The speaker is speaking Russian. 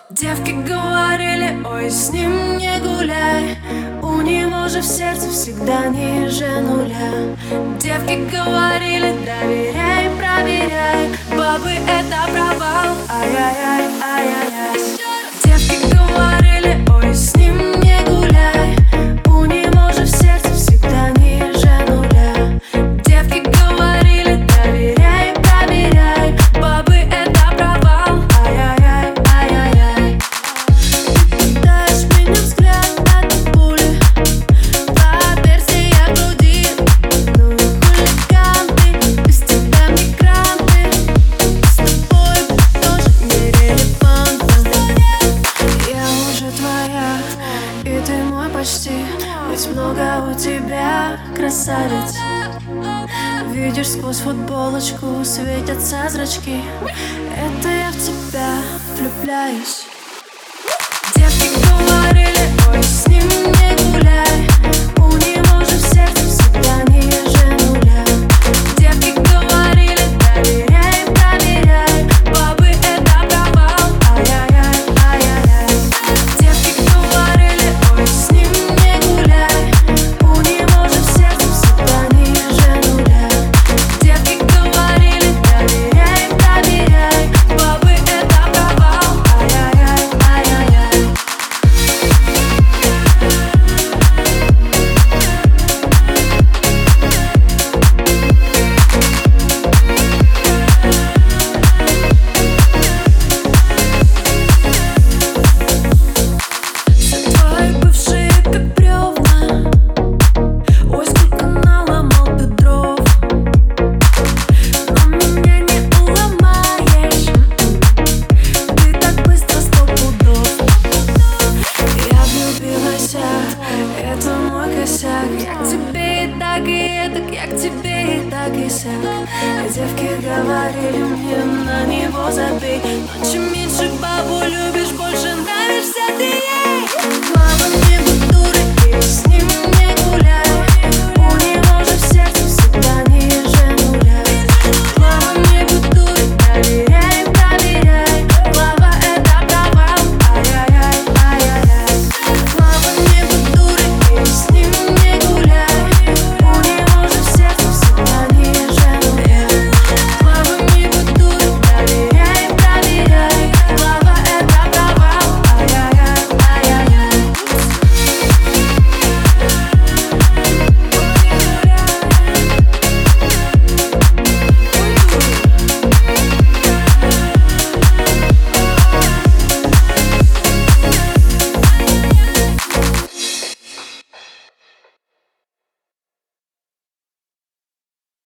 Девки говорили, ой, с ним не гуляй, у него же в сердце всегда ниже нуля. Девки говорили, доверяй, проверяй, бабы это провал, ай-яй-яй, ай-яй-яй. Девки говорили, ой, с ним не гуляй, у него же в сердце всегда ниже нуля. Девки говорили, доверяй, проверяй, бабы это провал, ай-яй-яй, ай-яй-яй. Пытаешь меня взгляд от пули, по версии груди. Ну и хулиганты, без тебя мигранты, с тобой тоже нерелевантно. Я уже твоя, и ты мой почти, ведь много у тебя, красавец. Видишь, сквозь футболочку светятся зрачки, это я в тебя влюбляюсь. Девки говорили, ой, с ним не гуляй, у него